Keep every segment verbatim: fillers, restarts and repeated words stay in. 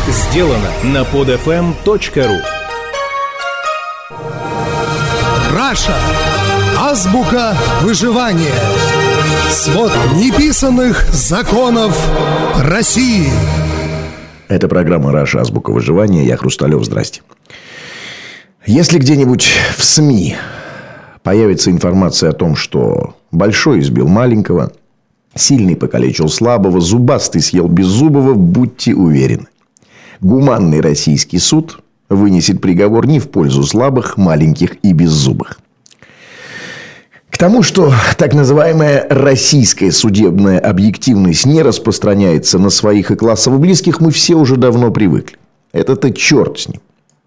Сделано на подфм точка ру. Раша. Азбука выживания. Свод неписанных законов России. Это программа «Раша. Азбука выживания». Я Хрусталев. Здрасте. Если где-нибудь в СМИ появится информация о том, что большой избил маленького, сильный покалечил слабого, зубастый съел беззубого, будьте уверены, гуманный российский суд вынесет приговор не в пользу слабых, маленьких и беззубых. К тому, что так называемая российская судебная объективность не распространяется на своих и классово близких, мы все уже давно привыкли. Это-то черт с ним.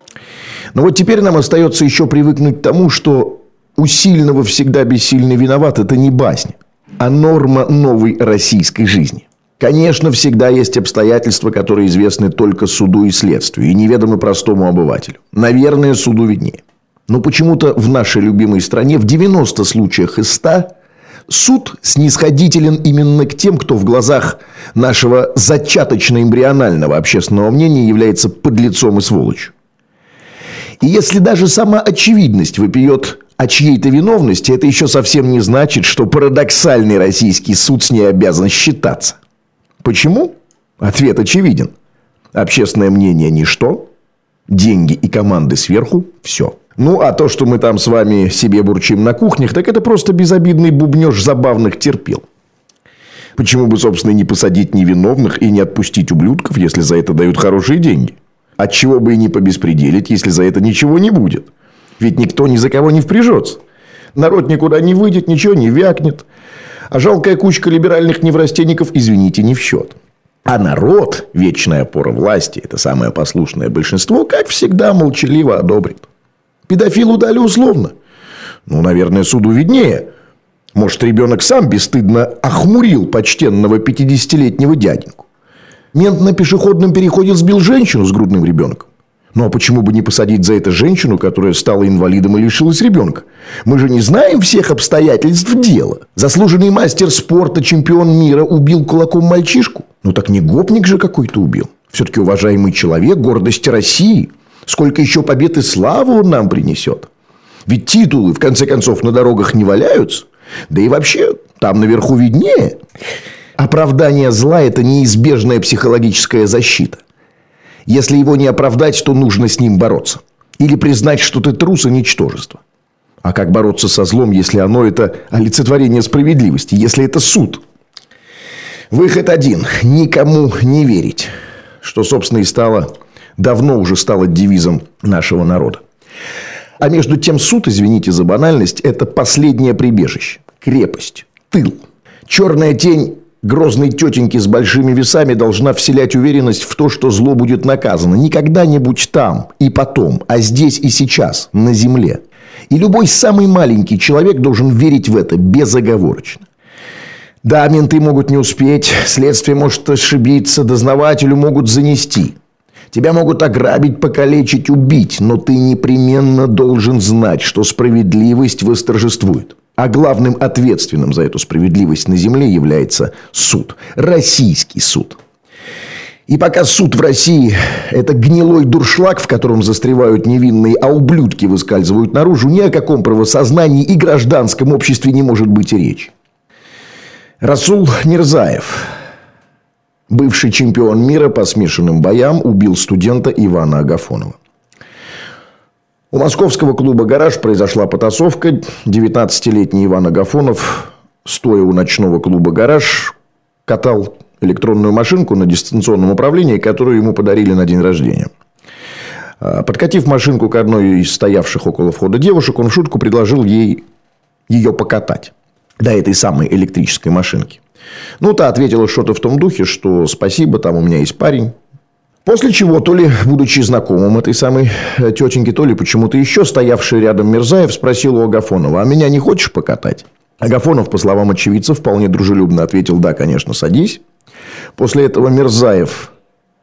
Но вот теперь нам остается еще привыкнуть к тому, что у сильного всегда бессильный виноват. Это не басня, а норма новой российской жизни. Конечно, всегда есть обстоятельства, которые известны только суду и следствию, и неведомы простому обывателю. Наверное, суду виднее. Но почему-то в нашей любимой стране в девяноста случаях из ста суд снисходителен именно к тем, кто в глазах нашего зачаточно-эмбрионального общественного мнения является подлецом и сволочью. И если даже сама очевидность вопиет о чьей-то виновности, это еще совсем не значит, что парадоксальный российский суд с ней обязан считаться. Почему? Ответ очевиден. Общественное мнение – ничто, деньги и команды сверху – все. Ну, а то, что мы там с вами себе бурчим на кухнях, так это просто безобидный бубнеж забавных терпил. Почему бы, собственно, не посадить невиновных и не отпустить ублюдков, если за это дают хорошие деньги? Отчего бы и не побеспределить, если за это ничего не будет? Ведь никто ни за кого не впряжется. Народ никуда не выйдет, ничего не вякнет. А жалкая кучка либеральных неврастенников, извините, не в счет. А народ, вечная опора власти, это самое послушное большинство, как всегда, молчаливо одобрит. Педофилу дали условно. Ну, наверное, суду виднее. Может, ребенок сам бесстыдно охмурил почтенного пятидесятилетнего дяденьку. Мент на пешеходном переходе сбил женщину с грудным ребенком. Ну, а почему бы не посадить за это женщину, которая стала инвалидом и лишилась ребенка? Мы же не знаем всех обстоятельств дела. Заслуженный мастер спорта, чемпион мира убил кулаком мальчишку? Ну, так не гопник же какой-то убил. Все-таки уважаемый человек, гордость России. Сколько еще побед и славы он нам принесет. Ведь титулы, в конце концов, на дорогах не валяются. Да и вообще, там наверху виднее. Оправдание зла – это неизбежная психологическая защита. Если его не оправдать, то нужно с ним бороться. Или признать, что ты трус и ничтожество. А как бороться со злом, если оно – это олицетворение справедливости, если это суд? Выход один – никому не верить. Что, собственно, и стало, давно уже стало девизом нашего народа. А между тем суд, извините за банальность, это последнее прибежище, крепость, тыл. Черная тень грозной тетеньки с большими весами должна вселять уверенность в то, что зло будет наказано. Не когда-нибудь там и потом, а здесь и сейчас, на земле. И любой самый маленький человек должен верить в это безоговорочно. Да, менты могут не успеть, следствие может ошибиться, дознавателю могут занести. Тебя могут ограбить, покалечить, убить, но ты непременно должен знать, что справедливость восторжествует. А главным ответственным за эту справедливость на земле является суд. Российский суд. И пока суд в России – это гнилой дуршлаг, в котором застревают невинные, а ублюдки выскальзывают наружу, ни о каком правосознании и гражданском обществе не может быть и речи. Расул Мирзаев, бывший чемпион мира по смешанным боям, убил студента Ивана Агафонова. У московского клуба «Гараж» произошла потасовка. девятнадцатилетний Иван Агафонов, стоя у ночного клуба «Гараж», катал электронную машинку на дистанционном управлении, которую ему подарили на день рождения. Подкатив машинку к одной из стоявших около входа девушек, он в шутку предложил ей ее покатать до этой самой электрической машинки. Ну, та ответила что-то в том духе, что спасибо, там у меня есть парень. После чего, то ли, будучи знакомым этой самой тетеньки, то ли почему-то еще стоявший рядом Мирзаев спросил у Агафонова: а меня не хочешь покатать? Агафонов, по словам очевидцев, вполне дружелюбно ответил: да, конечно, садись. После этого Мирзаев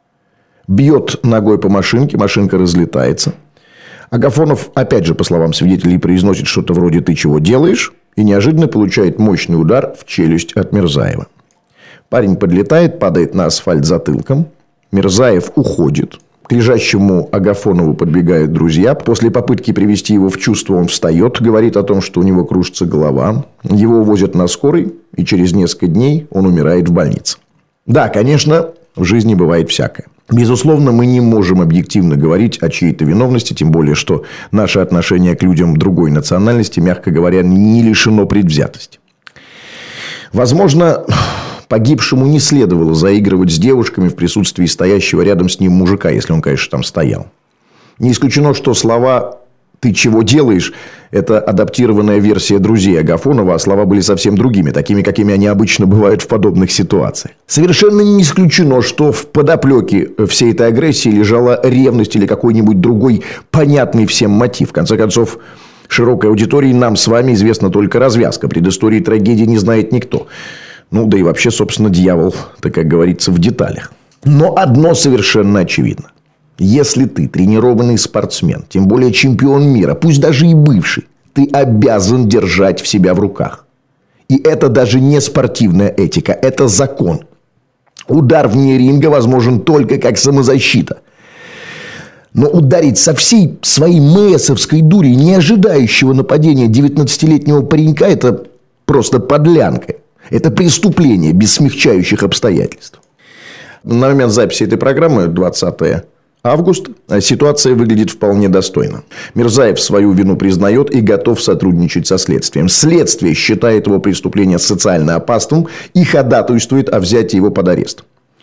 бьет ногой по машинке, машинка разлетается. Агафонов, опять же, по словам свидетелей, произносит что-то вроде «ты чего делаешь?» и неожиданно получает мощный удар в челюсть от Мирзаева. Парень подлетает, падает на асфальт затылком. Мирзаев уходит. К лежащему Агафонову подбегают друзья. После попытки привести его в чувство он встает, говорит о том, что у него кружится голова. Его увозят на скорой, и через несколько дней он умирает в больнице. Да, конечно, в жизни бывает всякое. Безусловно, мы не можем объективно говорить о чьей-то виновности, тем более, что наше отношение к людям другой национальности, мягко говоря, не лишено предвзятости. Возможно, погибшему не следовало заигрывать с девушками в присутствии стоящего рядом с ним мужика, если он, конечно, там стоял. Не исключено, что слова «ты чего делаешь» – это адаптированная версия друзей Агафонова, а слова были совсем другими, такими, какими они обычно бывают в подобных ситуациях. Совершенно не исключено, что в подоплеке всей этой агрессии лежала ревность или какой-нибудь другой понятный всем мотив. В конце концов, широкой аудитории нам с вами известна только развязка. Предыстории трагедии не знает никто. Ну, да и вообще, собственно, дьявол, так как говорится, в деталях. Но одно совершенно очевидно. Если ты тренированный спортсмен, тем более чемпион мира, пусть даже и бывший, ты обязан держать в себя в руках. И это даже не спортивная этика, это закон. Удар вне ринга возможен только как самозащита. Но ударить со всей своей мэсовской дури, не ожидающего нападения девятнадцатилетнего паренька, это просто подлянка. Это преступление без смягчающих обстоятельств. На момент записи этой программы, двадцатое августа, ситуация выглядит вполне достойно. Мирзаев свою вину признает и готов сотрудничать со следствием. Следствие считает его преступление социально опасным и ходатайствует о взятии его под арест.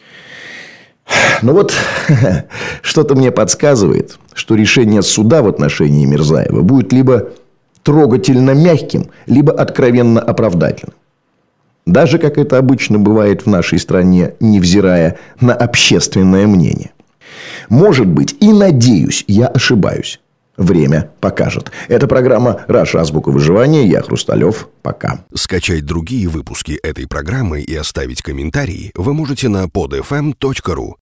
Но вот что-то мне подсказывает, что решение суда в отношении Мирзаева будет либо трогательно мягким, либо откровенно оправдательным. Даже, как это обычно бывает в нашей стране, невзирая на общественное мнение. Может быть, и надеюсь, я ошибаюсь. Время покажет. Это программа «Раша. Азбука выживания». Я Хрусталев. Пока. Скачать другие выпуски этой программы и оставить комментарии вы можете на под эф эм точка ру.